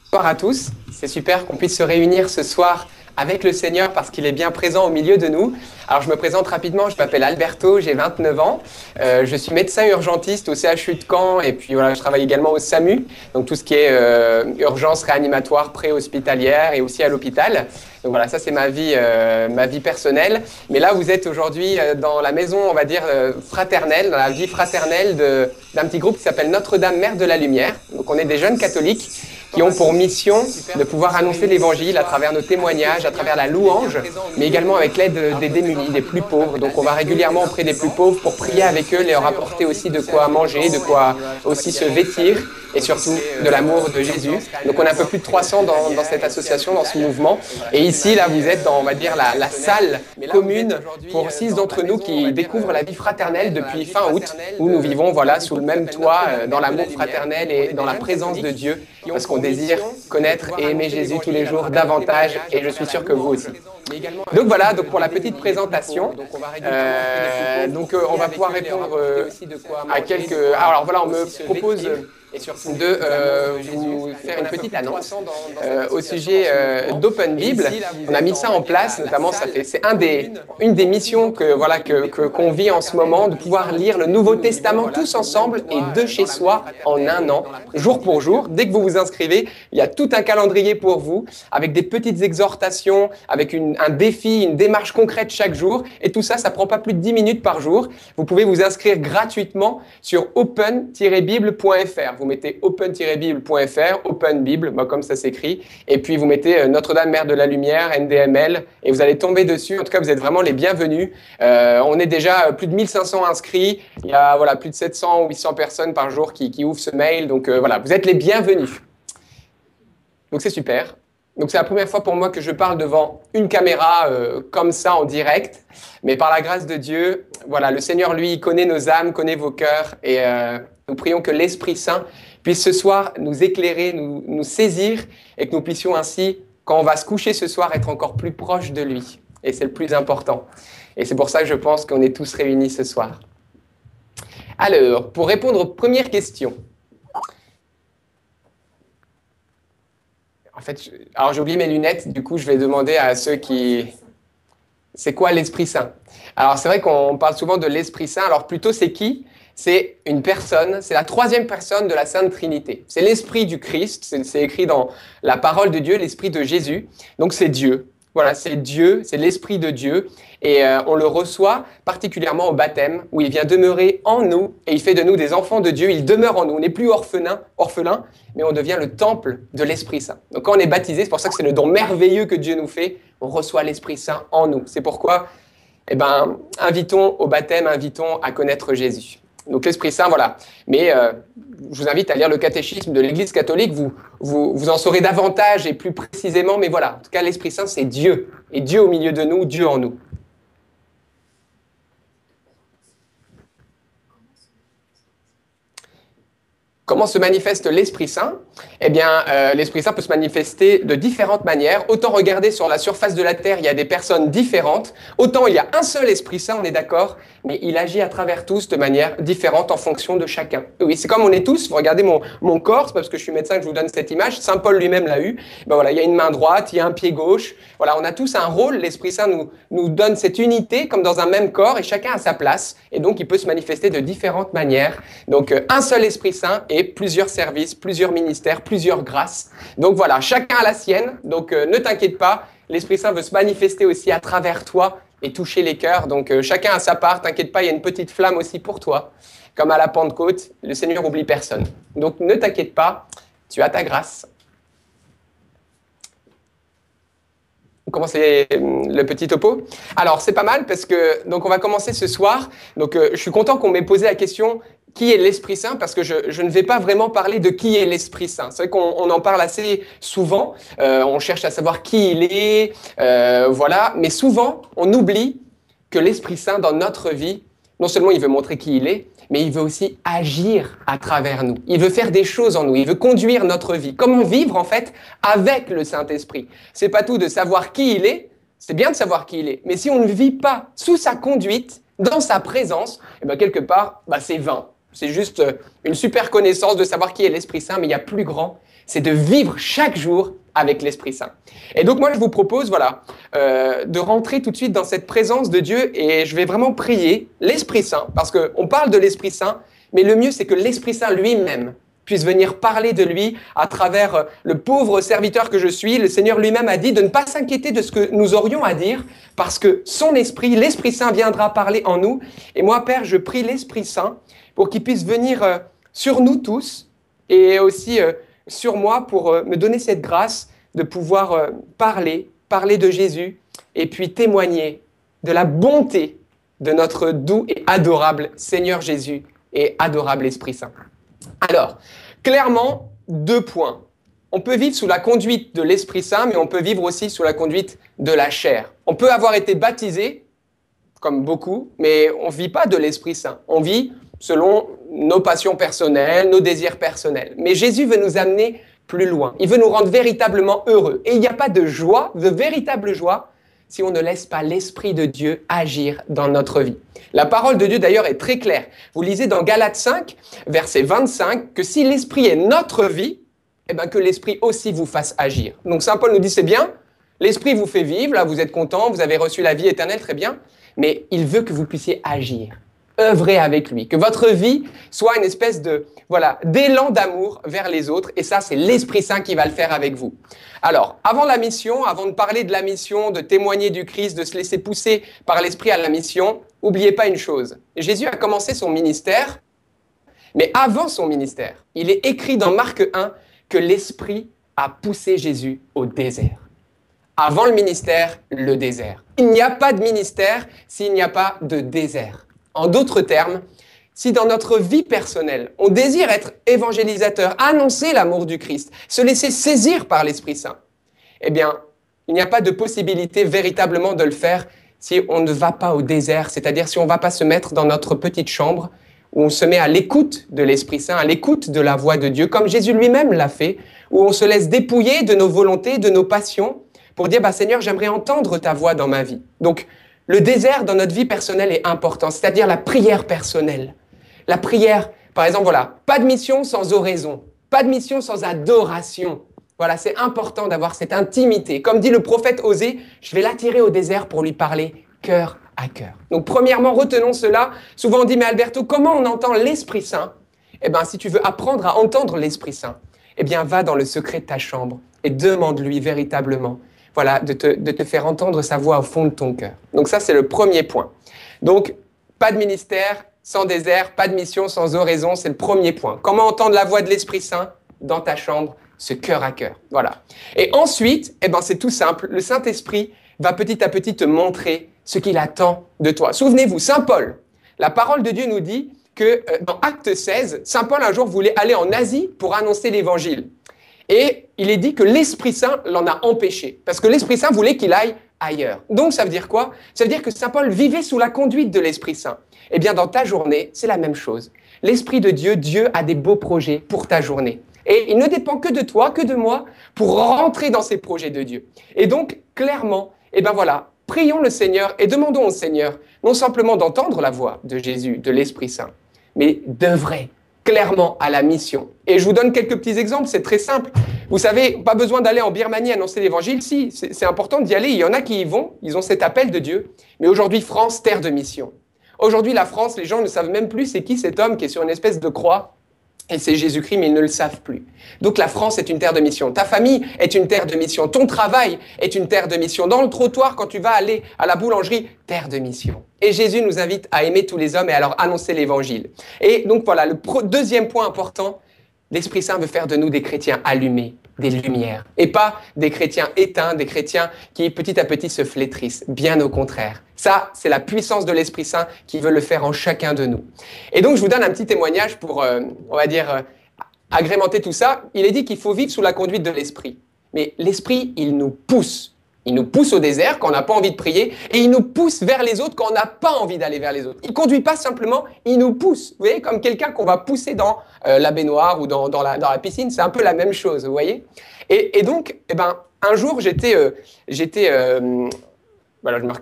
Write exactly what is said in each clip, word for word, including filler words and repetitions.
Bonsoir à tous, c'est super qu'on puisse se réunir ce soir avec le Seigneur parce qu'il est bien présent au milieu de nous. Alors je me présente rapidement, je m'appelle Alberto, j'ai vingt-neuf ans, euh, je suis médecin urgentiste au C H U de Caen et puis voilà, je travaille également au SAMU, donc tout ce qui est euh, urgence réanimatoire pré-hospitalière et aussi à l'hôpital. Donc voilà, ça c'est ma vie, euh, ma vie personnelle. Mais là, vous êtes aujourd'hui euh, dans la maison, on va dire, euh, fraternelle, dans la vie fraternelle de, d'un petit groupe qui s'appelle Notre-Dame Mère de la Lumière. Donc on est des jeunes catholiques qui ont pour mission de pouvoir annoncer l'Évangile à travers nos témoignages, à travers la louange, mais également avec l'aide des démunis, des plus pauvres. Donc on va régulièrement auprès des plus pauvres pour prier avec eux, leur apporter aussi de quoi manger, de quoi aussi se vêtir, et surtout de l'amour de Jésus. Donc on est un peu plus de trois cents dans, dans cette association, dans ce mouvement. Et ici, là, vous êtes dans, on va dire, la, la salle commune pour six d'entre nous qui découvrent la vie fraternelle depuis fin août, où nous vivons, voilà, sous le même toit, euh, dans l'amour fraternel et dans la présence de Dieu, parce qu'on désire connaître et aimer Jésus tous les jours davantage, et je suis sûr que vous aussi. Donc voilà, donc pour la petite présentation, euh, donc euh, on va pouvoir répondre euh, à quelques... Alors voilà, on me propose de euh, vous faire une petite annonce euh, au sujet euh, d'Open Bible. On a mis ça en place, notamment ça fait, c'est un des, une des missions que voilà que, que, qu'on vit en ce moment, de pouvoir lire le Nouveau Testament tous ensemble et de chez soi en un an, jour pour jour. Dès que vous vous inscrivez, il y a tout un calendrier pour vous, avec des petites exhortations, avec une, un défi, une démarche concrète chaque jour, et tout ça, ça prend pas plus de dix minutes par jour. Vous pouvez vous inscrire gratuitement sur open tiret bible point f r. Vous mettez open tiret bible point f r, Open Bible, bah, comme ça s'écrit, et puis vous mettez euh, Notre-Dame Mère de la Lumière, N D M L, et vous allez tomber dessus. En tout cas, vous êtes vraiment les bienvenus. Euh, on est déjà plus de mille cinq cents inscrits. Il y a voilà, plus de sept cents ou huit cents personnes par jour qui, qui ouvrent ce mail. Donc euh, voilà, vous êtes les bienvenus. Donc c'est super. Donc c'est la première fois pour moi que je parle devant une caméra euh, comme ça en direct, mais par la grâce de Dieu, voilà, le Seigneur lui connaît nos âmes, connaît vos cœurs, et euh, nous prions que l'Esprit Saint puisse ce soir nous éclairer, nous, nous saisir, et que nous puissions ainsi, quand on va se coucher ce soir, être encore plus proche de lui. Et c'est le plus important. Et c'est pour ça que je pense qu'on est tous réunis ce soir. Alors, pour répondre aux premières questions. En fait, je... alors j'ai oublié mes lunettes, du coup je vais demander à ceux qui... C'est quoi l'Esprit Saint? Alors c'est vrai qu'on parle souvent de l'Esprit Saint, alors plutôt c'est qui? C'est une personne, c'est la troisième personne de la Sainte Trinité. C'est l'Esprit du Christ, c'est, c'est écrit dans la parole de Dieu, l'Esprit de Jésus. Donc c'est Dieu. Voilà, c'est Dieu, c'est l'Esprit de Dieu. Et euh, on le reçoit particulièrement au baptême, où il vient demeurer en nous et il fait de nous des enfants de Dieu. Il demeure en nous. On n'est plus orphelin, orphelin, mais on devient le temple de l'Esprit Saint. Donc quand on est baptisé, c'est pour ça que c'est le don merveilleux que Dieu nous fait. On reçoit l'Esprit Saint en nous. C'est pourquoi, eh ben, invitons au baptême, invitons à connaître Jésus. Donc l'Esprit Saint, voilà. Mais euh, je vous invite à lire le catéchisme de l'Église catholique, vous, vous, vous en saurez davantage et plus précisément, mais voilà. En tout cas, l'Esprit Saint, c'est Dieu. Et Dieu au milieu de nous, Dieu en nous. Comment se manifeste l'Esprit Saint? Eh bien, euh, l'Esprit Saint peut se manifester de différentes manières. Autant regarder sur la surface de la Terre, il y a des personnes différentes. Autant il y a un seul Esprit Saint, on est d'accord, mais il agit à travers tous de manière différente en fonction de chacun. Oui, c'est comme on est tous. Vous regardez mon, mon corps, c'est pas parce que je suis médecin que je vous donne cette image. Saint Paul lui-même l'a eu. Ben voilà, il y a une main droite, il y a un pied gauche. Voilà, on a tous un rôle. L'Esprit Saint nous, nous donne cette unité comme dans un même corps et chacun a sa place. Et donc, il peut se manifester de différentes manières. Donc, euh, un seul Esprit Saint et plusieurs services, plusieurs ministères, plusieurs grâces. Donc voilà, chacun a la sienne. Donc euh, ne t'inquiète pas, l'Esprit Saint veut se manifester aussi à travers toi et toucher les cœurs. Donc euh, chacun a sa part, t'inquiète pas, il y a une petite flamme aussi pour toi. Comme à la Pentecôte, le Seigneur n'oublie personne. Donc ne t'inquiète pas, tu as ta grâce. On commence le petit topo. Alors c'est pas mal parce que donc on va commencer ce soir. Donc euh, je suis content qu'on m'ait posé la question qui est l'Esprit Saint parce que je, je ne vais pas vraiment parler de qui est l'Esprit Saint. C'est vrai qu'on on en parle assez souvent. Euh, on cherche à savoir qui il est, euh, voilà. Mais souvent on oublie que l'Esprit Saint dans notre vie, non seulement il veut montrer qui il est, mais il veut aussi agir à travers nous. Il veut faire des choses en nous. Il veut conduire notre vie. Comment vivre, en fait, avec le Saint-Esprit? C'est pas tout de savoir qui il est. C'est bien de savoir qui il est. Mais si on ne vit pas sous sa conduite, dans sa présence, eh ben quelque part, bah, c'est vain. c'est juste une super connaissance de savoir qui est l'Esprit Saint, mais il y a plus grand, c'est de vivre chaque jour avec l'Esprit Saint. Et donc moi, je vous propose, voilà, euh, de rentrer tout de suite dans cette présence de Dieu et je vais vraiment prier l'Esprit Saint, parce qu'on parle de l'Esprit Saint, mais le mieux, c'est que l'Esprit Saint lui-même puisse venir parler de lui à travers le pauvre serviteur que je suis. Le Seigneur lui-même a dit de ne pas s'inquiéter de ce que nous aurions à dire, parce que son Esprit, l'Esprit Saint viendra parler en nous. Et moi, Père, je prie l'Esprit Saint pour qu'il puisse venir euh, sur nous tous et aussi euh, sur moi pour euh, me donner cette grâce de pouvoir euh, parler, parler de Jésus et puis témoigner de la bonté de notre doux et adorable Seigneur Jésus et adorable Esprit Saint. Alors, clairement, deux points. On peut vivre sous la conduite de l'Esprit Saint, mais on peut vivre aussi sous la conduite de la chair. On peut avoir été baptisé, comme beaucoup, mais on ne vit pas de l'Esprit Saint. On vit selon nos passions personnelles, nos désirs personnels. Mais Jésus veut nous amener plus loin. Il veut nous rendre véritablement heureux. Et il n'y a pas de joie, de véritable joie, si on ne laisse pas l'Esprit de Dieu agir dans notre vie. La parole de Dieu, d'ailleurs, est très claire. Vous lisez dans Galates cinq, verset vingt-cinq, que si l'Esprit est notre vie, eh bien que l'Esprit aussi vous fasse agir. Donc Saint Paul nous dit, c'est bien, l'Esprit vous fait vivre, là vous êtes content, vous avez reçu la vie éternelle, très bien, mais il veut que vous puissiez agir, œuvrer avec lui, que votre vie soit une espèce de, voilà, d'élan d'amour vers les autres, et ça, c'est l'Esprit Saint qui va le faire avec vous. Alors, avant la mission, avant de parler de la mission, de témoigner du Christ, de se laisser pousser par l'Esprit à la mission, n'oubliez pas une chose. Jésus a commencé son ministère, mais avant son ministère, il est écrit dans Marc un que l'Esprit a poussé Jésus au désert. Avant le ministère, le désert. Il n'y a pas de ministère s'il n'y a pas de désert. En d'autres termes, si dans notre vie personnelle, on désire être évangélisateur, annoncer l'amour du Christ, se laisser saisir par l'Esprit Saint, eh bien, il n'y a pas de possibilité véritablement de le faire si on ne va pas au désert, c'est-à-dire si on ne va pas se mettre dans notre petite chambre où on se met à l'écoute de l'Esprit Saint, à l'écoute de la voix de Dieu, comme Jésus lui-même l'a fait, où on se laisse dépouiller de nos volontés, de nos passions, pour dire, bah, Seigneur, j'aimerais entendre ta voix dans ma vie. Donc, le désert dans notre vie personnelle est important, c'est-à-dire la prière personnelle. La prière, par exemple, voilà, pas de mission sans oraison, pas de mission sans adoration. Voilà, c'est important d'avoir cette intimité. Comme dit le prophète Osée, je vais l'attirer au désert pour lui parler cœur à cœur. Donc, premièrement, retenons cela. Souvent, on dit, mais Alberto, comment on entend l'Esprit Saint? Eh bien, si tu veux apprendre à entendre l'Esprit Saint, eh bien, va dans le secret de ta chambre et demande-lui véritablement, voilà, de te, de te faire entendre sa voix au fond de ton cœur. Donc ça, c'est le premier point. Donc, pas de ministère sans désert, pas de mission sans oraison, c'est le premier point. Comment entendre la voix de l'Esprit Saint dans ta chambre, ce cœur à cœur. Voilà. Et ensuite, eh ben, c'est tout simple. Le Saint-Esprit va petit à petit te montrer ce qu'il attend de toi. Souvenez-vous, Saint Paul, la parole de Dieu nous dit que euh, dans Acte seize, Saint Paul un jour voulait aller en Asie pour annoncer l'Évangile. Et il est dit que l'Esprit Saint l'en a empêché, parce que l'Esprit Saint voulait qu'il aille ailleurs. Donc ça veut dire quoi? Ça veut dire que Saint Paul vivait sous la conduite de l'Esprit Saint. Eh bien dans ta journée, c'est la même chose. L'Esprit de Dieu, Dieu a des beaux projets pour ta journée. Et il ne dépend que de toi, que de moi, pour rentrer dans ces projets de Dieu. Et donc, clairement, eh bien voilà, prions le Seigneur et demandons au Seigneur, non simplement d'entendre la voix de Jésus, de l'Esprit Saint, mais d'œuvrer clairement à la mission. Et je vous donne quelques petits exemples, c'est très simple. Vous savez, pas besoin d'aller en Birmanie annoncer l'évangile, si, c'est important d'y aller, il y en a qui y vont, ils ont cet appel de Dieu. Mais aujourd'hui, France, terre de mission. Aujourd'hui, la France, les gens ne savent même plus c'est qui cet homme qui est sur une espèce de croix, et c'est Jésus-Christ, mais ils ne le savent plus. Donc la France est une terre de mission. Ta famille est une terre de mission. Ton travail est une terre de mission. Dans le trottoir, quand tu vas aller à la boulangerie, terre de mission. Et Jésus nous invite à aimer tous les hommes et à leur annoncer l'évangile. Et donc voilà, le deuxième point important, l'Esprit Saint veut faire de nous des chrétiens allumés, des lumières. Et pas des chrétiens éteints, des chrétiens qui petit à petit se flétrissent. Bien au contraire. Ça, c'est la puissance de l'Esprit Saint qui veut le faire en chacun de nous. Et donc, je vous donne un petit témoignage pour, euh, on va dire, euh, agrémenter tout ça. Il est dit qu'il faut vivre sous la conduite de l'Esprit. Mais l'Esprit, il nous pousse. Il nous pousse au désert quand on n'a pas envie de prier et il nous pousse vers les autres quand on n'a pas envie d'aller vers les autres. Il ne conduit pas simplement, il nous pousse. Vous voyez, comme quelqu'un qu'on va pousser dans euh, la baignoire ou dans, dans, la, dans la piscine, c'est un peu la même chose, vous voyez. Et, et donc, eh ben, un jour, j'étais... Euh, j'étais euh, voilà, je me recule.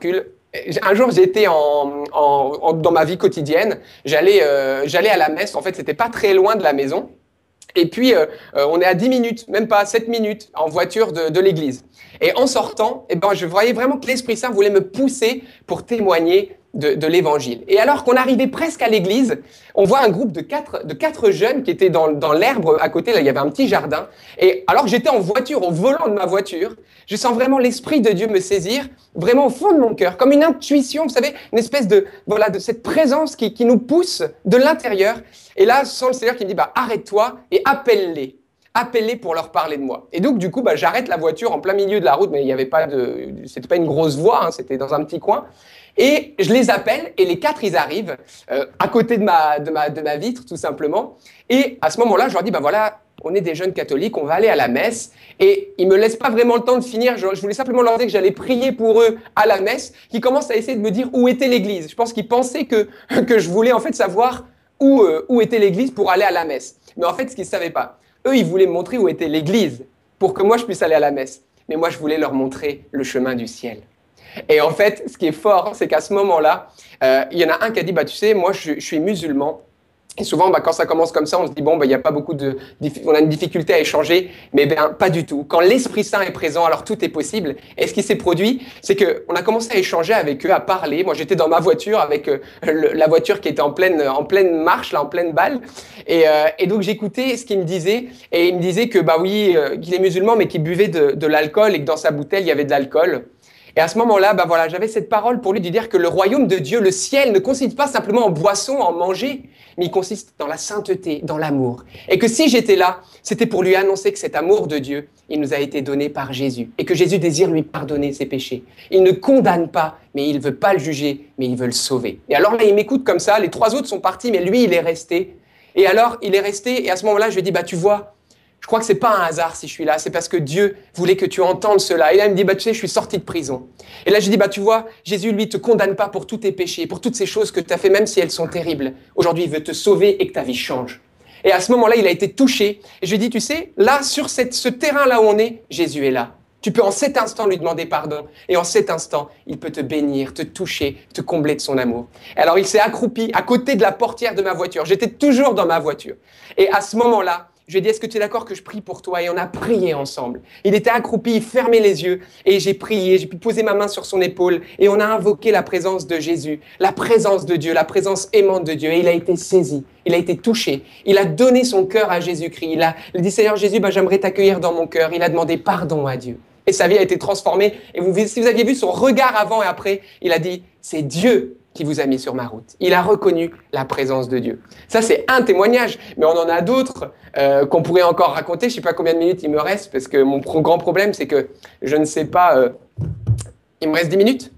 Un jour, j'étais en, en, en- dans ma vie quotidienne, j'allais euh, j'allais à la messe, en fait, c'était pas très loin de la maison. Et puis, euh, euh, on est à dix minutes, même pas sept minutes, en voiture de, de l'église. Et en sortant, eh ben, je voyais vraiment que l'Esprit Saint voulait me pousser pour témoigner de, de l'évangile. Et alors qu'on arrivait presque à l'église, on voit un groupe de quatre, de quatre jeunes qui étaient dans, dans l'herbe à côté. Là, il y avait un petit jardin. Et alors que j'étais en voiture, au volant de ma voiture, je sens vraiment l'Esprit de Dieu me saisir, vraiment au fond de mon cœur, comme une intuition, vous savez, une espèce de, voilà, de cette présence qui, qui nous pousse de l'intérieur. Et là, je sens le Seigneur qui me dit, bah, arrête-toi et appelle-les. Appelle-les pour leur parler de moi. Et donc, du coup, bah, j'arrête la voiture en plein milieu de la route, mais il n'y avait pas de, c'était pas une grosse voie, hein, c'était dans un petit coin. Et je les appelle, et les quatre, ils arrivent euh, à côté de ma, de, ma, de ma vitre, tout simplement. Et à ce moment-là, je leur dis, bah voilà, on est des jeunes catholiques, on va aller à la messe. Et ils me laissent pas vraiment le temps de finir. Je, je voulais simplement leur dire que j'allais prier pour eux à la messe, qu'ils commencent à essayer de me dire où était l'église. Je pense qu'ils pensaient que, que je voulais en fait savoir où, euh, où était l'église pour aller à la messe. Mais en fait, ce qu'ils ne savaient pas, eux, ils voulaient me montrer où était l'église pour que moi, je puisse aller à la messe. Mais moi, je voulais leur montrer le chemin du ciel. Et en fait, ce qui est fort, c'est qu'à ce moment-là, euh, il y en a un qui a dit, bah, tu sais, moi, je, je suis musulman. Et souvent, bah, quand ça commence comme ça, on se dit, bon, bah, il n'y a pas beaucoup de... On a une difficulté à échanger, mais ben, pas du tout. Quand l'Esprit Saint est présent, alors tout est possible. Et ce qui s'est produit, c'est qu'on a commencé à échanger avec eux, à parler. Moi, j'étais dans ma voiture avec euh, le, la voiture qui était en pleine, en pleine marche, là, en pleine balle. Et, euh, et donc, j'écoutais ce qu'il me disait. Et il me disait que, bah oui, euh, qu'il est musulman, mais qu'il buvait de, de l'alcool et que dans sa bouteille, il y avait de l'alcool. Et à ce moment-là, bah voilà, j'avais cette parole pour lui de dire que le royaume de Dieu, le ciel, ne consiste pas simplement en boisson, en manger, mais il consiste dans la sainteté, dans l'amour. Et que si j'étais là, c'était pour lui annoncer que cet amour de Dieu, il nous a été donné par Jésus. Et que Jésus désire lui pardonner ses péchés. Il ne condamne pas, mais il ne veut pas le juger, mais il veut le sauver. Et alors là, il m'écoute comme ça, les trois autres sont partis, mais lui, il est resté. Et alors, il est resté, et à ce moment-là, je lui ai dit, bah tu vois, je crois que c'est pas un hasard si je suis là, c'est parce que Dieu voulait que tu entendes cela. Et là, il me dit, bah, tu sais, je suis sorti de prison. Et là, je dis, bah, tu vois, Jésus, lui, te condamne pas pour tous tes péchés, pour toutes ces choses que tu as fait, même si elles sont terribles. Aujourd'hui, il veut te sauver et que ta vie change. Et à ce moment-là, il a été touché. Et je lui ai dit, tu sais, là, sur cette, ce terrain-là où on est, Jésus est là. Tu peux en cet instant lui demander pardon. Et en cet instant, il peut te bénir, te toucher, te combler de son amour. Et alors, il s'est accroupi à côté de la portière de ma voiture. J'étais toujours dans ma voiture. Et à ce moment-là, je lui ai dit, est-ce que tu es d'accord que je prie pour toi? Et on a prié ensemble. Il était accroupi, il fermait les yeux. Et j'ai prié, j'ai pu poser ma main sur son épaule. Et on a invoqué la présence de Jésus, la présence de Dieu, la présence aimante de Dieu. Et il a été saisi, il a été touché. Il a donné son cœur à Jésus-Christ. Il a, il a dit, Seigneur Jésus, ben, j'aimerais t'accueillir dans mon cœur. Il a demandé pardon à Dieu. Et sa vie a été transformée. Et vous, si vous aviez vu son regard avant et après, il a dit, c'est Dieu qui vous a mis sur ma route. Il a reconnu la présence de Dieu. Ça, c'est un témoignage, mais on en a d'autres euh, qu'on pourrait encore raconter. Je ne sais pas combien de minutes il me reste, parce que mon pro- grand problème, c'est que je ne sais pas... Euh... Il me reste dix minutes?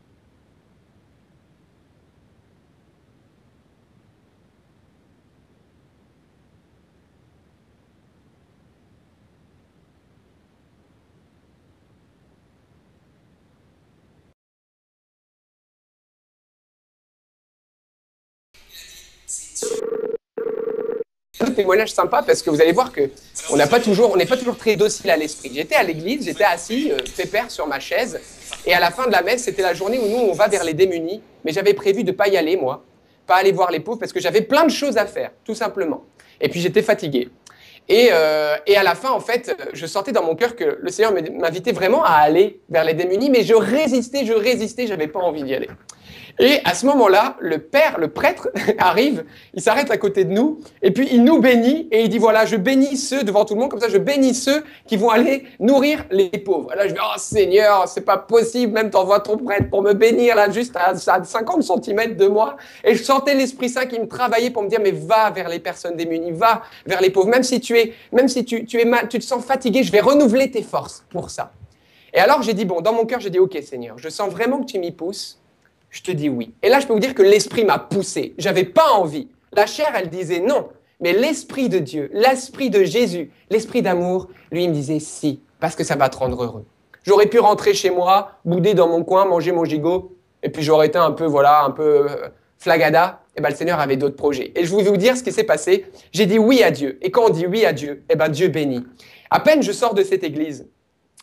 Un témoignage sympa parce que vous allez voir que on n'a pas toujours, on n'est pas toujours très docile à l'esprit. J'étais à l'église, j'étais assis, euh, pépère sur ma chaise, et à la fin de la messe, c'était la journée où nous on va vers les démunis, mais j'avais prévu de pas y aller moi, pas aller voir les pauvres parce que j'avais plein de choses à faire, tout simplement. Et puis j'étais fatigué. Et, euh, et à la fin, en fait, je sentais dans mon cœur que le Seigneur m'invitait vraiment à aller vers les démunis, mais je résistais, je résistais, j'avais pas envie d'y aller. Et à ce moment-là, le père, le prêtre, arrive, il s'arrête à côté de nous, et puis il nous bénit, et il dit, voilà, je bénis ceux devant tout le monde, comme ça, je bénis ceux qui vont aller nourrir les pauvres. Et là, je dis, oh Seigneur, c'est pas possible, même t'envoies ton prêtre pour me bénir, là, juste à, à cinquante centimètres de moi. Et je sentais l'Esprit Saint qui me travaillait pour me dire, mais va vers les personnes démunies, va vers les pauvres, même si tu es, même si tu, tu es mal, tu te sens fatigué, je vais renouveler tes forces pour ça. Et alors, j'ai dit, bon, dans mon cœur, j'ai dit, ok Seigneur, je sens vraiment que tu m'y pousses. Je te dis oui. Et là, je peux vous dire que l'esprit m'a poussé. J'avais pas envie. La chair, elle disait non. Mais l'esprit de Dieu, l'esprit de Jésus, l'esprit d'amour, lui, il me disait si, parce que ça va te rendre heureux. J'aurais pu rentrer chez moi, bouder dans mon coin, manger mon gigot, et puis j'aurais été un peu, voilà, un peu euh, flagada. Et ben, le Seigneur avait d'autres projets. Et je vais vous dire ce qui s'est passé. J'ai dit oui à Dieu. Et quand on dit oui à Dieu, et ben, Dieu bénit. À peine je sors de cette église,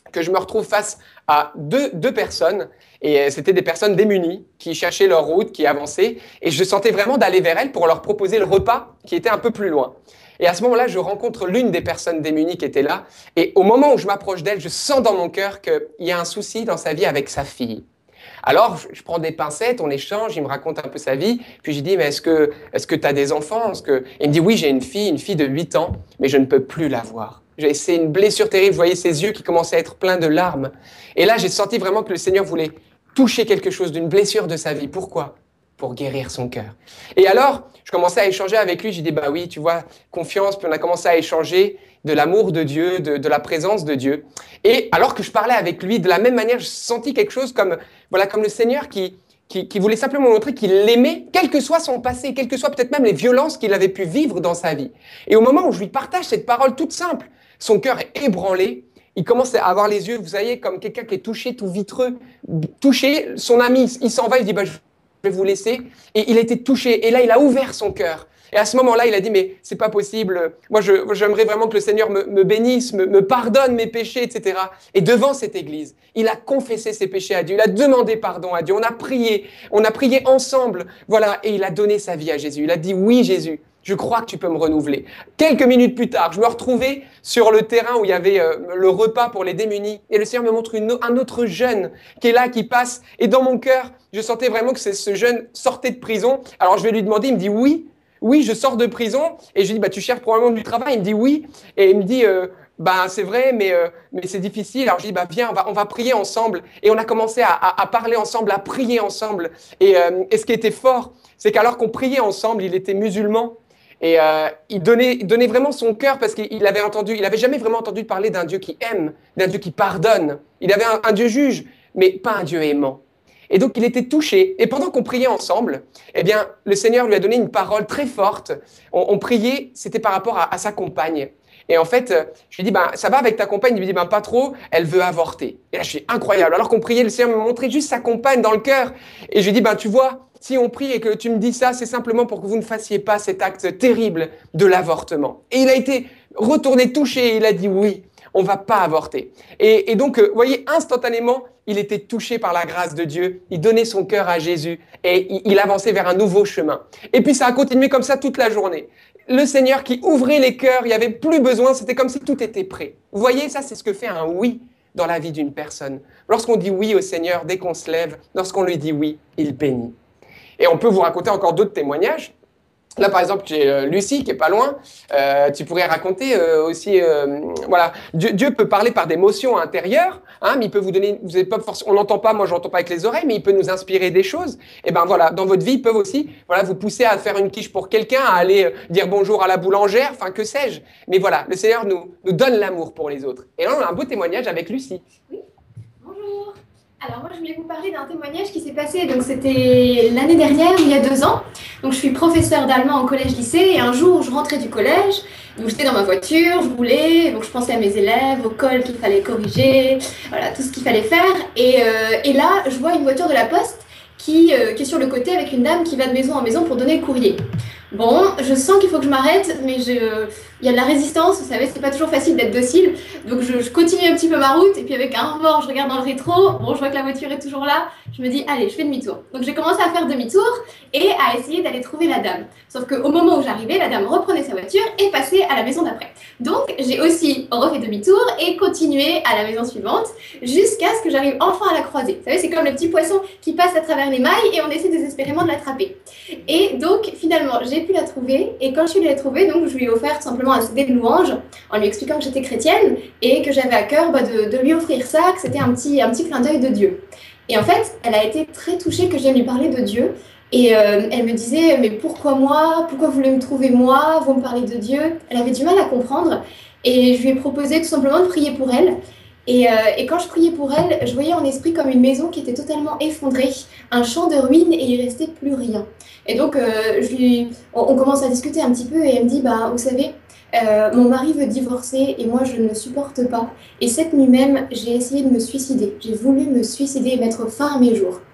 que je me retrouve face à deux, deux personnes, et c'était des personnes démunies qui cherchaient leur route, qui avançaient, et je sentais vraiment d'aller vers elles pour leur proposer le repas qui était un peu plus loin. Et à ce moment-là, je rencontre l'une des personnes démunies qui était là, et au moment où je m'approche d'elle, je sens dans mon cœur qu'il y a un souci dans sa vie avec sa fille. Alors, je, je prends des pincettes, on échange, il me raconte un peu sa vie, puis je lui dis, mais est-ce que est-ce que tu as des enfants? Est-ce que... Il me dit, oui, j'ai une fille, une fille de huit ans, mais je ne peux plus la voir. C'est une blessure terrible, je voyais ses yeux qui commençaient à être pleins de larmes. Et là, j'ai senti vraiment que le Seigneur voulait toucher quelque chose d'une blessure de sa vie. Pourquoi? Pour guérir son cœur. Et alors, je commençais à échanger avec lui, j'ai dit, bah oui, tu vois, confiance, puis on a commencé à échanger de l'amour de Dieu, de, de la présence de Dieu. Et alors que je parlais avec lui, de la même manière, je sentis quelque chose comme, voilà, comme le Seigneur qui, qui, qui voulait simplement montrer qu'il l'aimait, quel que soit son passé, quelles que soient peut-être même les violences qu'il avait pu vivre dans sa vie. Et au moment où je lui partage cette parole toute simple, son cœur est ébranlé, il commence à avoir les yeux, vous voyez, comme quelqu'un qui est touché, tout vitreux, touché, son ami, il s'en va, il dit, bah, je vais vous laisser. Et il a été touché, et là, il a ouvert son cœur. Et à ce moment-là, il a dit, mais c'est pas possible, moi, je, j'aimerais vraiment que le Seigneur me, me bénisse, me, me pardonne mes péchés, et cetera. Et devant cette église, il a confessé ses péchés à Dieu, il a demandé pardon à Dieu, on a prié, on a prié ensemble, voilà, et il a donné sa vie à Jésus. Il a dit, oui, Jésus, je crois que tu peux me renouveler. Quelques minutes plus tard, je me retrouvais sur le terrain où il y avait euh, le repas pour les démunis. Et le Seigneur me montre une, un autre jeune qui est là, qui passe. Et dans mon cœur, je sentais vraiment que ce jeune sortait de prison. Alors je vais lui demander, il me dit oui, oui, je sors de prison. Et je lui dis, bah, tu cherches probablement du travail. Il me dit oui. Et il me dit, euh, bah, c'est vrai, mais, euh, mais c'est difficile. Alors je dis, bah, viens, on va, on va prier ensemble. Et on a commencé à, à, à parler ensemble, à prier ensemble. Et, euh, et ce qui était fort, c'est qu'alors qu'on priait ensemble, il était musulman. Et euh, il, donnait, il donnait vraiment son cœur parce qu'il avait entendu, il n'avait jamais vraiment entendu parler d'un Dieu qui aime, d'un Dieu qui pardonne. Il avait un, un Dieu juge, mais pas un Dieu aimant. Et donc il était touché. Et pendant qu'on priait ensemble, eh bien, le Seigneur lui a donné une parole très forte. On, on priait, c'était par rapport à, à sa compagne. Et en fait, je lui dis, ben, ça va avec ta compagne? Il me dit, ben, pas trop, elle veut avorter. Et là, je suis incroyable. Alors qu'on priait, le Seigneur me montrait juste sa compagne dans le cœur. Et je lui dis, ben, tu vois, si on prie et que tu me dis ça, c'est simplement pour que vous ne fassiez pas cet acte terrible de l'avortement. Et il a été retourné touché et il a dit oui, on va pas avorter. Et, et donc, vous voyez, instantanément, il était touché par la grâce de Dieu. Il donnait son cœur à Jésus et il, il avançait vers un nouveau chemin. Et puis, ça a continué comme ça toute la journée. Le Seigneur qui ouvrait les cœurs, il n'y avait plus besoin, c'était comme si tout était prêt. Vous voyez, ça, c'est ce que fait un oui dans la vie d'une personne. Lorsqu'on dit oui au Seigneur, dès qu'on se lève, lorsqu'on lui dit oui, il bénit. Et on peut vous raconter encore d'autres témoignages. Là, par exemple, j'ai euh, Lucie qui est pas loin. Euh, tu pourrais raconter euh, aussi, euh, voilà, Dieu, Dieu peut parler par des motions intérieures, hein, mais il peut vous donner, vous avez pas forcément, on n'entend pas, moi je n'entends pas avec les oreilles, mais il peut nous inspirer des choses. Et ben voilà, dans votre vie, ils peuvent aussi, voilà, vous pousser à faire une quiche pour quelqu'un, à aller euh, dire bonjour à la boulangère, enfin que sais-je. Mais voilà, le Seigneur nous, nous donne l'amour pour les autres. Et là, on a un beau témoignage avec Lucie. Oui. Bonjour. Alors moi je voulais vous parler d'un témoignage qui s'est passé, donc c'était l'année dernière, il y a deux ans. Donc je suis professeure d'allemand en collège-lycée et un jour je rentrais du collège, donc j'étais dans ma voiture, je roulais, donc je pensais à mes élèves, au col qu'il fallait corriger, voilà tout ce qu'il fallait faire. Et, euh, et là je vois une voiture de la poste qui, euh, qui est sur le côté avec une dame qui va de maison en maison pour donner le courrier. Bon, je sens qu'il faut que je m'arrête, mais je... il y a de la résistance, vous savez, c'est pas toujours facile d'être docile. Donc je, je continue un petit peu ma route, et puis avec un remords, je regarde dans le rétro, bon, je vois que la voiture est toujours là, je me dis, allez, je fais demi-tour. Donc j'ai commencé à faire demi-tour et à essayer d'aller trouver la dame. Sauf qu'au moment où j'arrivais, la dame reprenait sa voiture et passait à la maison d'après. Donc j'ai aussi refait demi-tour et continué à la maison suivante, jusqu'à ce que j'arrive enfin à la croiser. Vous savez, c'est comme le petit poisson qui passe à travers les mailles et on essaie désespérément de l'attraper. Et donc finalement, j'ai pu la trouver, et quand je suis allée la trouver, donc je lui ai offert simplement un C D de louange en lui expliquant que j'étais chrétienne et que j'avais à cœur bah, de, de lui offrir ça, que c'était un petit, un petit clin d'œil de Dieu. Et en fait, elle a été très touchée que je vienne lui parler de Dieu. Et euh, elle me disait, mais pourquoi moi? Pourquoi vous voulez me trouver moi? Vous me parlez de Dieu? Elle avait du mal à comprendre. Et je lui ai proposé tout simplement de prier pour elle. Et, euh, et quand je priais pour elle, je voyais en esprit comme une maison qui était totalement effondrée, un champ de ruines et il restait plus rien. Et donc, euh, je lui, on, on commence à discuter un petit peu et elle me dit, bah, vous savez, euh, mon mari veut divorcer et moi je ne le supporte pas. Et cette nuit même, j'ai essayé de me suicider. J'ai voulu me suicider et mettre fin à mes jours.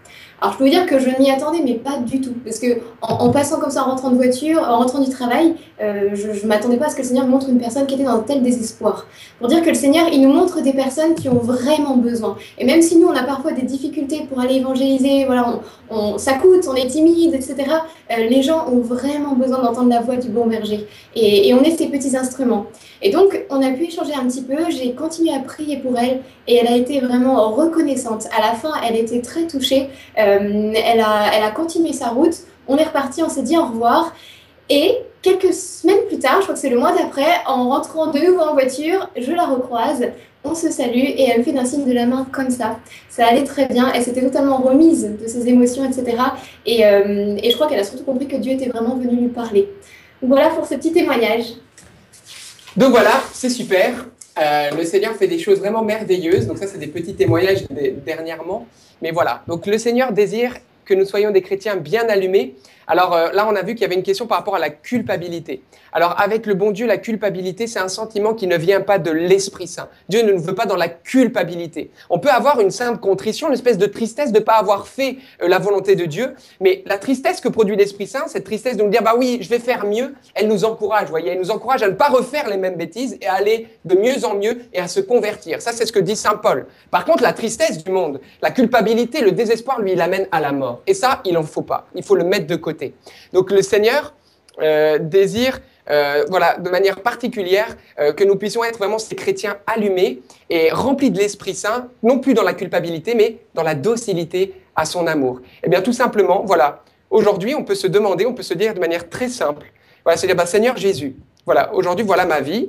Alors, je peux vous dire que je m'y attendais, mais pas du tout. Parce que en, en passant comme ça, en rentrant de voiture, en rentrant du travail, euh, je ne m'attendais pas à ce que le Seigneur me montre une personne qui était dans un tel désespoir. Pour dire que le Seigneur, il nous montre des personnes qui ont vraiment besoin. Et même si nous, on a parfois des difficultés pour aller évangéliser, voilà, on, on, ça coûte, on est timide, et cetera, euh, les gens ont vraiment besoin d'entendre la voix du bon berger. Et, et on est ces petits instruments. Et donc, on a pu échanger un petit peu, j'ai continué à prier pour elle, et elle a été vraiment reconnaissante. À la fin, elle était très touchée. Euh, elle, a, elle a continué sa route. On est reparti, on s'est dit au revoir. Et quelques semaines plus tard, je crois que c'est le mois d'après, en rentrant de nouveau en voiture, je la recroise, on se salue et elle me fait d'un signe de la main comme ça. Ça allait très bien, elle s'était totalement remise de ses émotions, et cetera. Et, euh, et je crois qu'elle a surtout compris que Dieu était vraiment venu lui parler. Donc voilà pour ce petit témoignage. Donc voilà, c'est super. Euh, le Seigneur fait des choses vraiment merveilleuses. Donc ça, c'est des petits témoignages de, dernièrement. Mais voilà, donc le Seigneur désire que nous soyons des chrétiens bien allumés. Alors euh, là, on a vu qu'il y avait une question par rapport à la culpabilité. Alors avec le bon Dieu, la culpabilité, c'est un sentiment qui ne vient pas de l'Esprit Saint. Dieu ne nous veut pas dans la culpabilité. On peut avoir une simple contrition, une espèce de tristesse de ne pas avoir fait euh, la volonté de Dieu, mais la tristesse que produit l'Esprit Saint, cette tristesse de nous dire « bah oui, je vais faire mieux », elle nous encourage, voyez, elle nous encourage à ne pas refaire les mêmes bêtises et à aller de mieux en mieux et à se convertir. Ça, c'est ce que dit Saint Paul. Par contre, la tristesse du monde, la culpabilité, le désespoir, lui, il amène à la mort. Et ça, il n'en faut pas. Il faut le mettre de côté. Donc le Seigneur euh, désire, euh, voilà, de manière particulière, euh, que nous puissions être vraiment ces chrétiens allumés et remplis de l'Esprit Saint, non plus dans la culpabilité, mais dans la docilité à son amour. Eh bien, tout simplement, voilà, aujourd'hui, on peut se demander, on peut se dire de manière très simple, voilà, se dire, bah, Seigneur Jésus, voilà, aujourd'hui, voilà ma vie,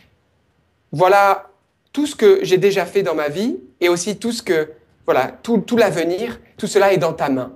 voilà tout ce que j'ai déjà fait dans ma vie et aussi tout ce que, voilà, tout, tout l'avenir, tout cela est dans ta main.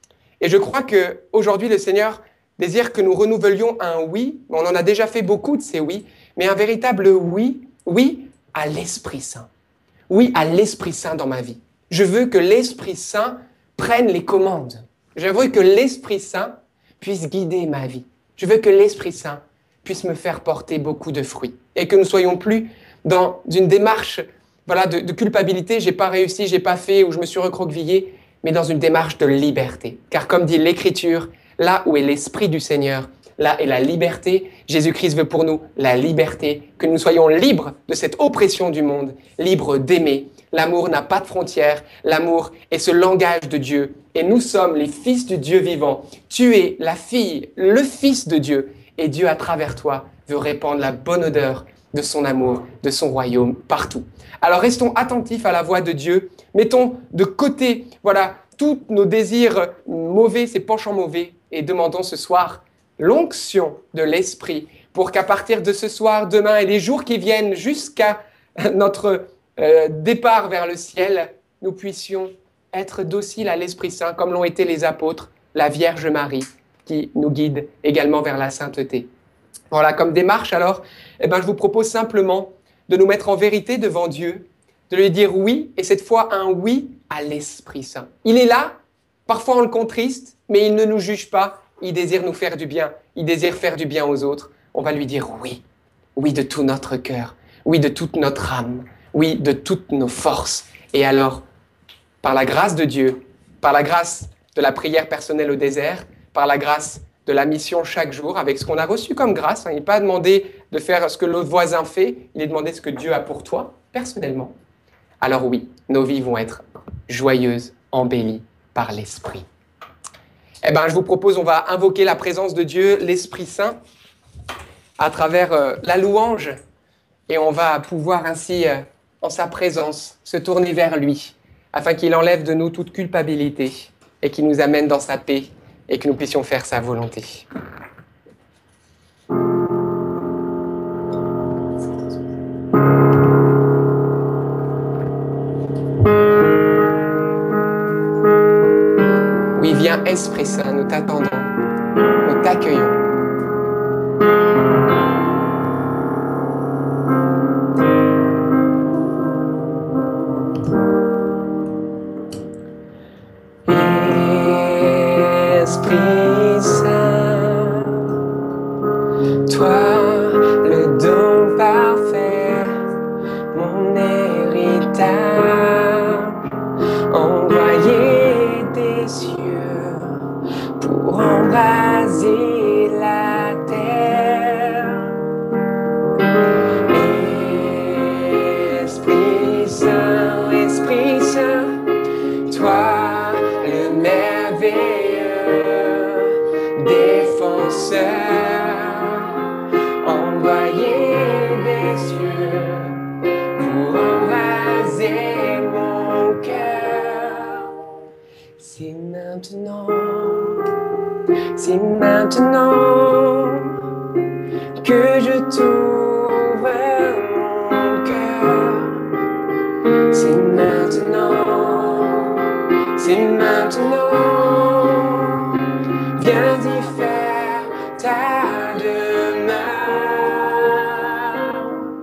Et je crois qu'aujourd'hui, le Seigneur désire que nous renouvelions un oui. On en a déjà fait beaucoup de ces oui, mais un véritable oui, oui à l'Esprit Saint. Oui à l'Esprit Saint dans ma vie. Je veux que l'Esprit Saint prenne les commandes. Je veux que l'Esprit Saint puisse guider ma vie. Je veux que l'Esprit Saint puisse me faire porter beaucoup de fruits. Et que nous ne soyons plus dans une démarche voilà, de, de culpabilité. J'ai pas réussi, j'ai pas fait, ou je me suis recroquevillé, mais dans une démarche de liberté. Car comme dit l'Écriture, là où est l'Esprit du Seigneur, là est la liberté. Jésus-Christ veut pour nous la liberté, que nous soyons libres de cette oppression du monde, libres d'aimer. L'amour n'a pas de frontières, l'amour est ce langage de Dieu. Et nous sommes les fils du Dieu vivant. Tu es la fille, le fils de Dieu. Et Dieu, à travers toi, veut répandre la bonne odeur de son amour, de son royaume, partout. Alors restons attentifs à la voix de Dieu. Mettons de côté, voilà, tous nos désirs mauvais, ces penchants mauvais, et demandons ce soir l'onction de l'Esprit pour qu'à partir de ce soir, demain et les jours qui viennent jusqu'à notre euh, départ vers le ciel, nous puissions être dociles à l'Esprit Saint comme l'ont été les apôtres, la Vierge Marie qui nous guide également vers la sainteté. Voilà, comme démarche alors, eh ben, je vous propose simplement de nous mettre en vérité devant Dieu, de lui dire oui, et cette fois un oui à l'Esprit Saint. Il est là, parfois on le contriste, mais il ne nous juge pas, il désire nous faire du bien, il désire faire du bien aux autres. On va lui dire oui, oui de tout notre cœur, oui de toute notre âme, oui de toutes nos forces. Et alors, par la grâce de Dieu, par la grâce de la prière personnelle au désert, par la grâce de la mission chaque jour, avec ce qu'on a reçu comme grâce, hein, il n'est pas demandé de faire ce que l'autre voisin fait, il est demandé ce que Dieu a pour toi, personnellement. Alors oui, nos vies vont être joyeuses, embellies par l'Esprit. Eh bien, je vous propose, on va invoquer la présence de Dieu, l'Esprit Saint, à travers euh, la louange, et on va pouvoir ainsi, euh, en sa présence, se tourner vers lui, afin qu'il enlève de nous toute culpabilité, et qu'il nous amène dans sa paix, et que nous puissions faire sa volonté. Oui, viens, Esprit Saint, nous t'attendons, nous t'accueillons. Esprit Saint, toi, le don parfait, mon héritage, envoyé des cieux. Esprit Saint, Esprit Saint, toi le merveilleux défenseur, envoyé des cieux pour embraser mon cœur. C'est maintenant, c'est maintenant que je t'ouvre mon cœur. C'est maintenant, c'est maintenant, viens y faire ta demeure.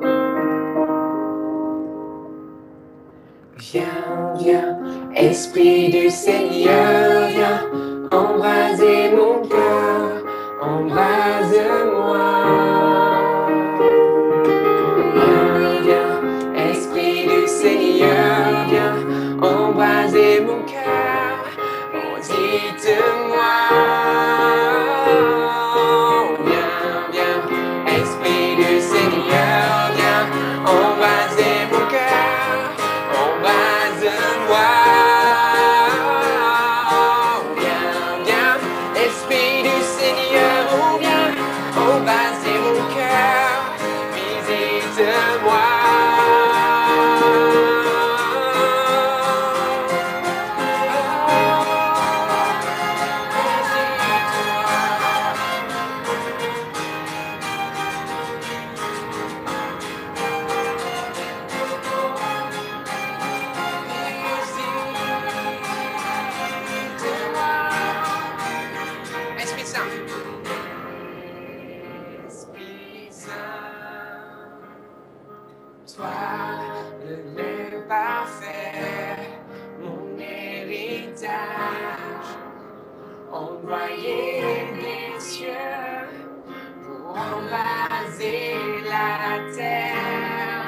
Viens, viens, Esprit du Seigneur, viens embraser mon cœur, embrase-moi. Viens, viens, Esprit du Seigneur, viens embraser mon cœur, visite-moi. Viens, viens, Esprit du Seigneur, viens embraser mon cœur, embrase-moi. Viens, viens, Esprit du Seigneur, oh viens embraser mon cœur, visite-moi. Esprit Saint, Esprit Saint, toi le lait parfait, mon héritage, envoyé des cieux pour embraser la terre.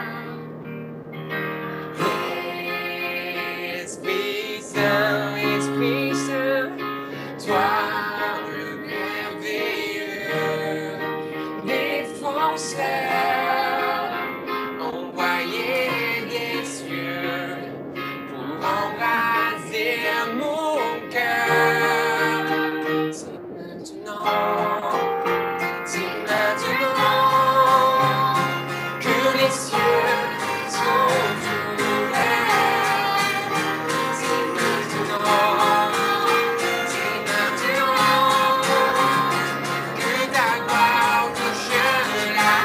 Esprit Saint, Esprit Saint, toi le merveilleux défenseur, envoyé des cieux pour embraser mon cœur. C'est maintenant, c'est maintenant que les cieux sont ouverts. C'est maintenant, c'est maintenant que ta gloire touche la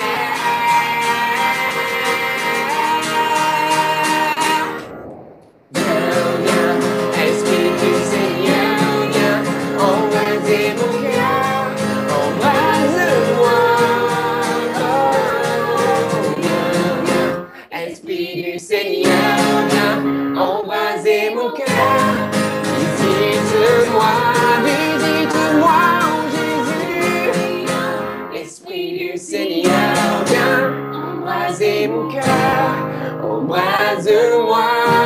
terre. Viens, viens, Esprit du Seigneur, viens embraser mon cœur, embrase-moi. Oh, viens, viens, Esprit du Seigneur, viens embraser mon cœur, visite-moi, visite-moi, oh Jésus. Esprit du Seigneur, viens embraser mon cœur, embrase-moi.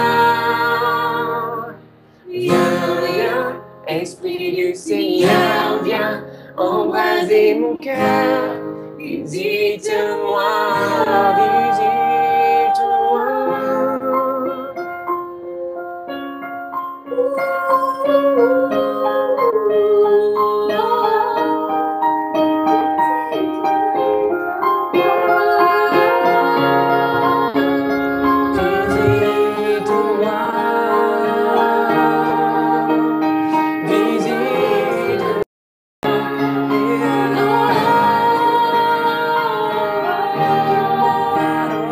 Viens, viens, Esprit du Seigneur, viens embraser mon cœur, visite-moi, visite-moi.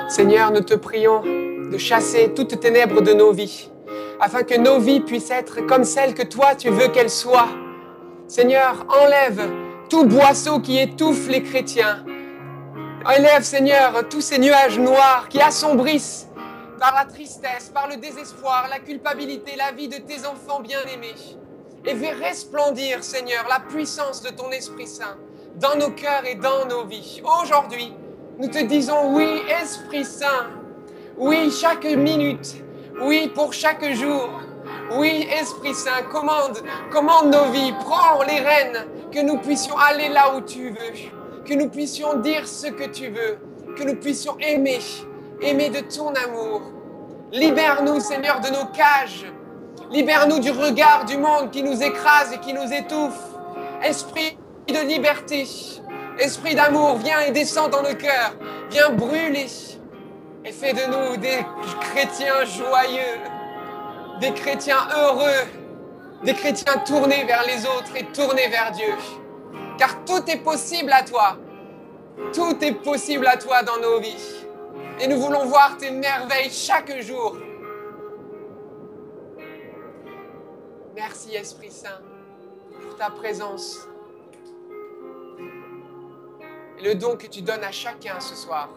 Seigneur, nous te prions de chasser toutes ténèbres de nos vies, afin que nos vies puissent être comme celles que toi tu veux qu'elles soient. Seigneur, enlève tout boisseau qui étouffe les chrétiens. Enlève, Seigneur, tous ces nuages noirs qui assombrissent par la tristesse, par le désespoir, la culpabilité, la vie de tes enfants bien-aimés. Et fais resplendir, Seigneur, la puissance de ton Esprit Saint dans nos cœurs et dans nos vies. Aujourd'hui, nous te disons oui, Esprit Saint. Oui, chaque minute. Oui, pour chaque jour. Oui, Esprit Saint, commande, commande nos vies. Prends les rênes, que nous puissions aller là où tu veux. Que nous puissions dire ce que tu veux. Que nous puissions aimer, aimer de ton amour. Libère-nous, Seigneur, de nos cages. Libère-nous du regard du monde qui nous écrase et qui nous étouffe. Esprit de liberté, esprit d'amour, viens et descends dans nos cœurs. Viens brûler et fais de nous des chrétiens joyeux, des chrétiens heureux, des chrétiens tournés vers les autres et tournés vers Dieu. Car tout est possible à toi. Tout est possible à toi dans nos vies. Et nous voulons voir tes merveilles chaque jour. Merci, Esprit Saint, pour ta présence et le don que tu donnes à chacun ce soir.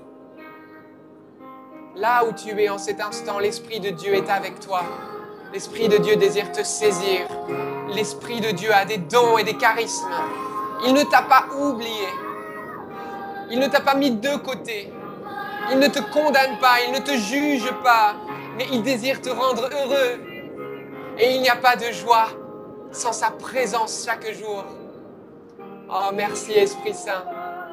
Là où tu es en cet instant, l'Esprit de Dieu est avec toi. L'Esprit de Dieu désire te saisir. L'Esprit de Dieu a des dons et des charismes. Il ne t'a pas oublié. Il ne t'a pas mis de côté. Il ne te condamne pas, il ne te juge pas, mais il désire te rendre heureux. Et il n'y a pas de joie sans sa présence chaque jour. Oh, merci Esprit Saint.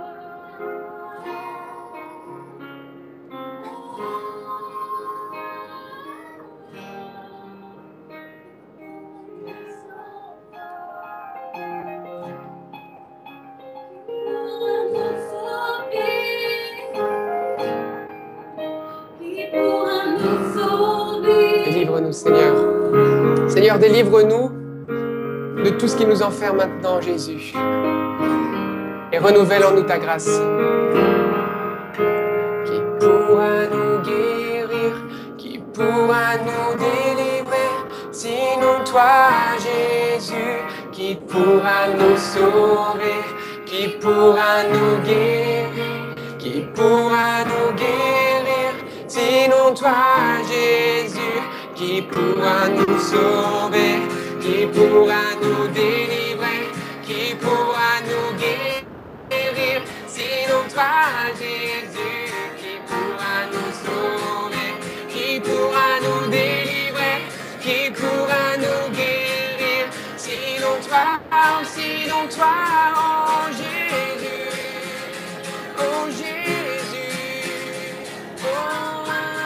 Délivre-nous, Seigneur. Seigneur, délivre-nous de tout ce qui nous enferme maintenant, Jésus. Et renouvelle en nous ta grâce. Qui pourra nous guérir, qui pourra nous délivrer, sinon toi, Jésus, qui pourra nous sauver, qui pourra nous guérir, qui pourra nous guérir, sinon toi, Jésus, qui pourra nous sauver, qui pourra nous délivrer, qui pourra nous guérir, sinon toi, Jésus, qui pourra nous sauver, qui pourra nous délivrer, qui pourra nous guérir, sinon toi, sinon toi, oh Jésus, oh Jésus, oh,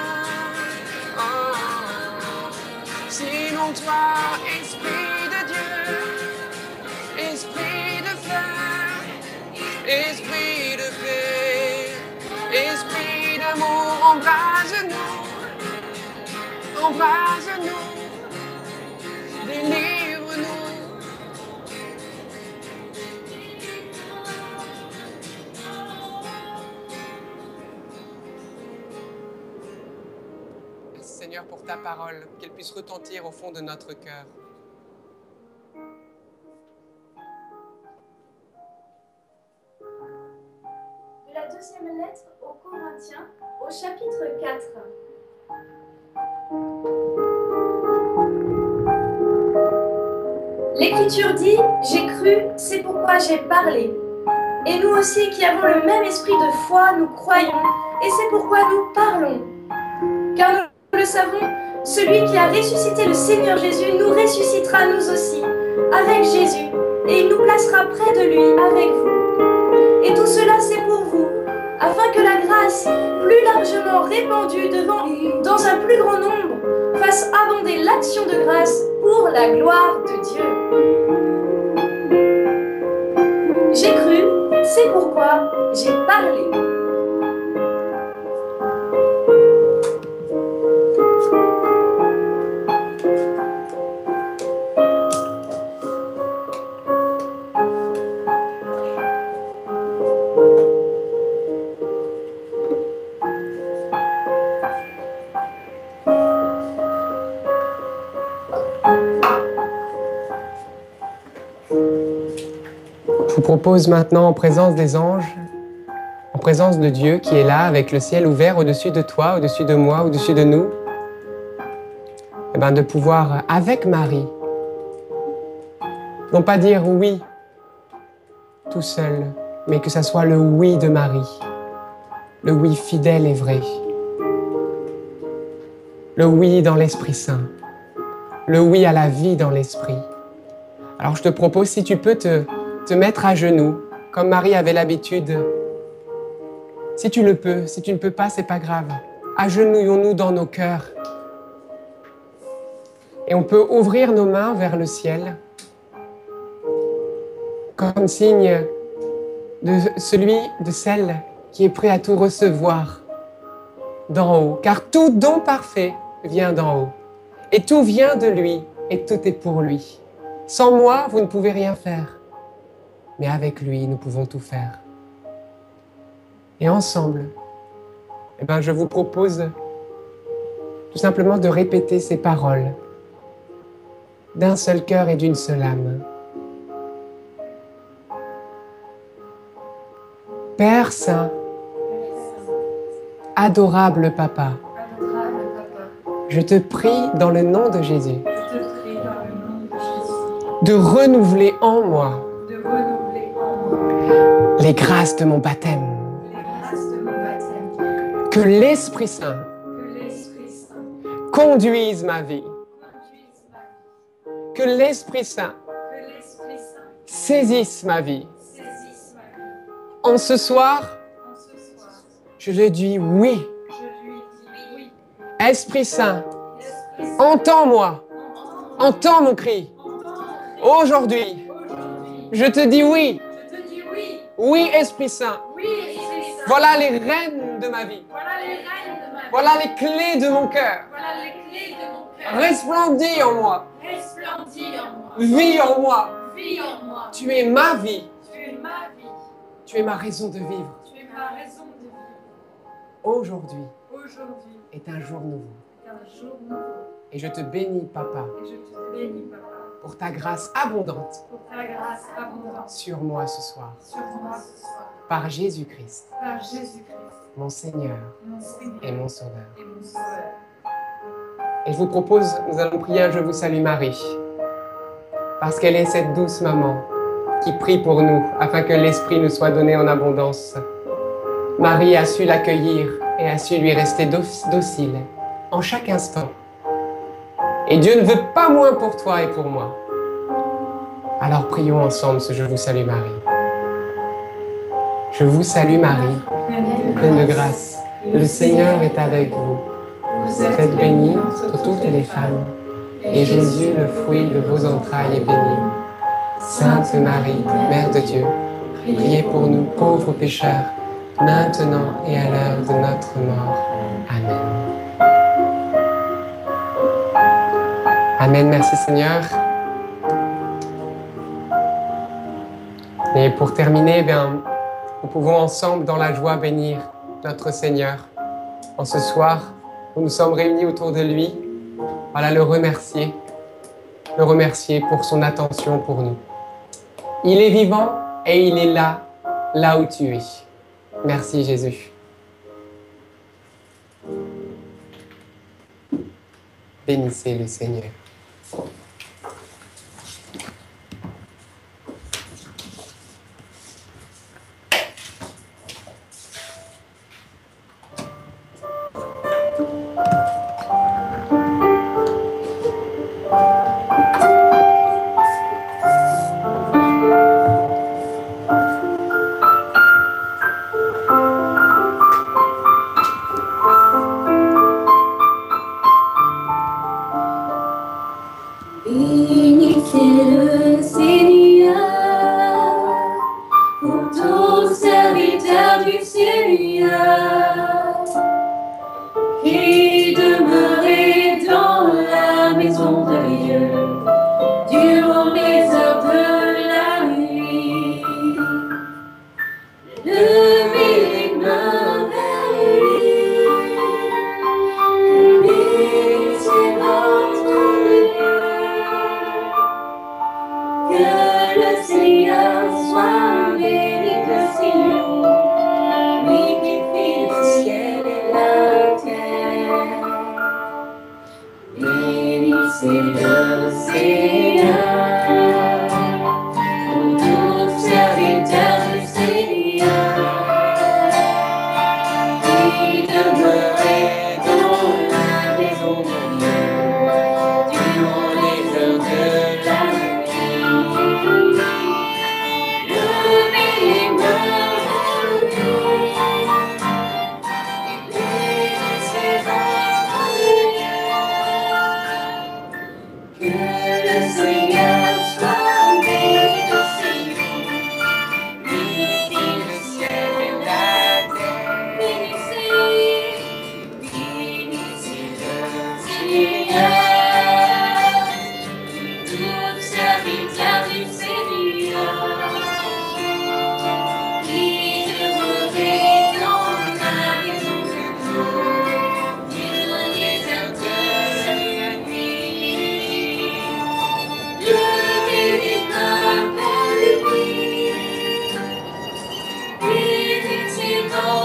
oh, sinon toi, Esprit de Dieu, Esprit de feu, Esprit de paix, Esprit d'amour, embrase-nous, embrase-nous, délivre-nous. Merci Seigneur pour ta parole, qu'elle puisse retentir au fond de notre cœur. De la deuxième lettre aux Corinthiens, au chapitre quatre. L'Écriture dit « J'ai cru, c'est pourquoi j'ai parlé ». Et nous aussi qui avons le même esprit de foi, nous croyons, et c'est pourquoi nous parlons. Car nous le savons, celui qui a ressuscité le Seigneur Jésus nous ressuscitera nous aussi, avec Jésus, et il nous placera près de lui, avec vous. Et tout cela c'est pour vous, afin que la grâce, plus largement répandue devant, dans un plus grand nombre, fasse abonder l'action de grâce pour la gloire de Dieu. J'ai cru, c'est pourquoi j'ai parlé. propose maintenant, en présence des anges, en présence de Dieu qui est là, avec le ciel ouvert au-dessus de toi, au-dessus de moi, au-dessus de nous, eh ben, de pouvoir, avec Marie, non pas dire oui tout seul, mais que ça soit le oui de Marie, le oui fidèle et vrai, le oui dans l'Esprit Saint, le oui à la vie dans l'Esprit. Alors je te propose, si tu peux te, te mettre à genoux, comme Marie avait l'habitude. Si tu le peux, si tu ne peux pas, c'est pas grave. Agenouillons-nous dans nos cœurs. Et on peut ouvrir nos mains vers le ciel, comme signe de celui, de celle qui est prêt à tout recevoir d'en haut. Car tout don parfait vient d'en haut. Et tout vient de lui, et tout est pour lui. Sans moi, vous ne pouvez rien faire. Mais avec lui, nous pouvons tout faire. Et ensemble, eh ben, je vous propose tout simplement de répéter ces paroles d'un seul cœur et d'une seule âme. Père Saint, adorable Papa, je te prie dans le nom de Jésus de renouveler en moi les grâces de mon baptême. Que l'Esprit Saint conduise ma vie. Que l'Esprit Saint saisisse ma vie. En ce soir, je lui dis oui. Esprit Saint, entends-moi, entends mon cri. Aujourd'hui, je te dis oui. Oui, Esprit Saint. Voilà les rênes de ma vie. Voilà les clés de mon cœur. Resplendis en moi. Vis en moi. Tu es ma vie. Tu es ma raison de vivre. Aujourd'hui est un jour nouveau. Et je te bénis, Papa, pour ta grâce abondante sur moi ce soir. Par Jésus-Christ, mon Seigneur et mon Sauveur. Et je vous propose, nous allons prier un Je vous salue Marie, parce qu'elle est cette douce maman qui prie pour nous, afin que l'Esprit nous soit donné en abondance. Marie a su l'accueillir et a su lui rester docile en chaque instant. Et Dieu ne veut pas moins pour toi et pour moi. Alors prions ensemble ce Je vous salue Marie. Je vous salue Marie, pleine de grâce. Le Seigneur est avec vous. Vous êtes bénie entre toutes les femmes, et Jésus, le fruit de vos entrailles, est béni. Sainte Marie, Mère de Dieu, priez pour nous pauvres pécheurs, maintenant et à l'heure de notre mort. Amen. Amen, merci Seigneur. Et pour terminer, eh bien, nous pouvons ensemble, dans la joie, bénir notre Seigneur. En ce soir, où nous sommes réunis autour de lui, voilà, le remercier, le remercier pour son attention pour nous. Il est vivant et il est là, là où tu es. Merci Jésus. Bénissez le Seigneur. le Seigneur, pour tout serviteur du Seigneur, qui demeurait dans la maison de Dieu durant les heures de la nuit. Levez les mains vers lui, levez ses enfants de Dieu. Que le Seigneur soit béni, lui qui le ciel et la terre. Bénissez, bénissez le Seigneur, tout serviteur du Seigneur, qui demeurait dans la maison de Dieu durant les heures de la nuit. Levez les mains vers lui, bénissez dans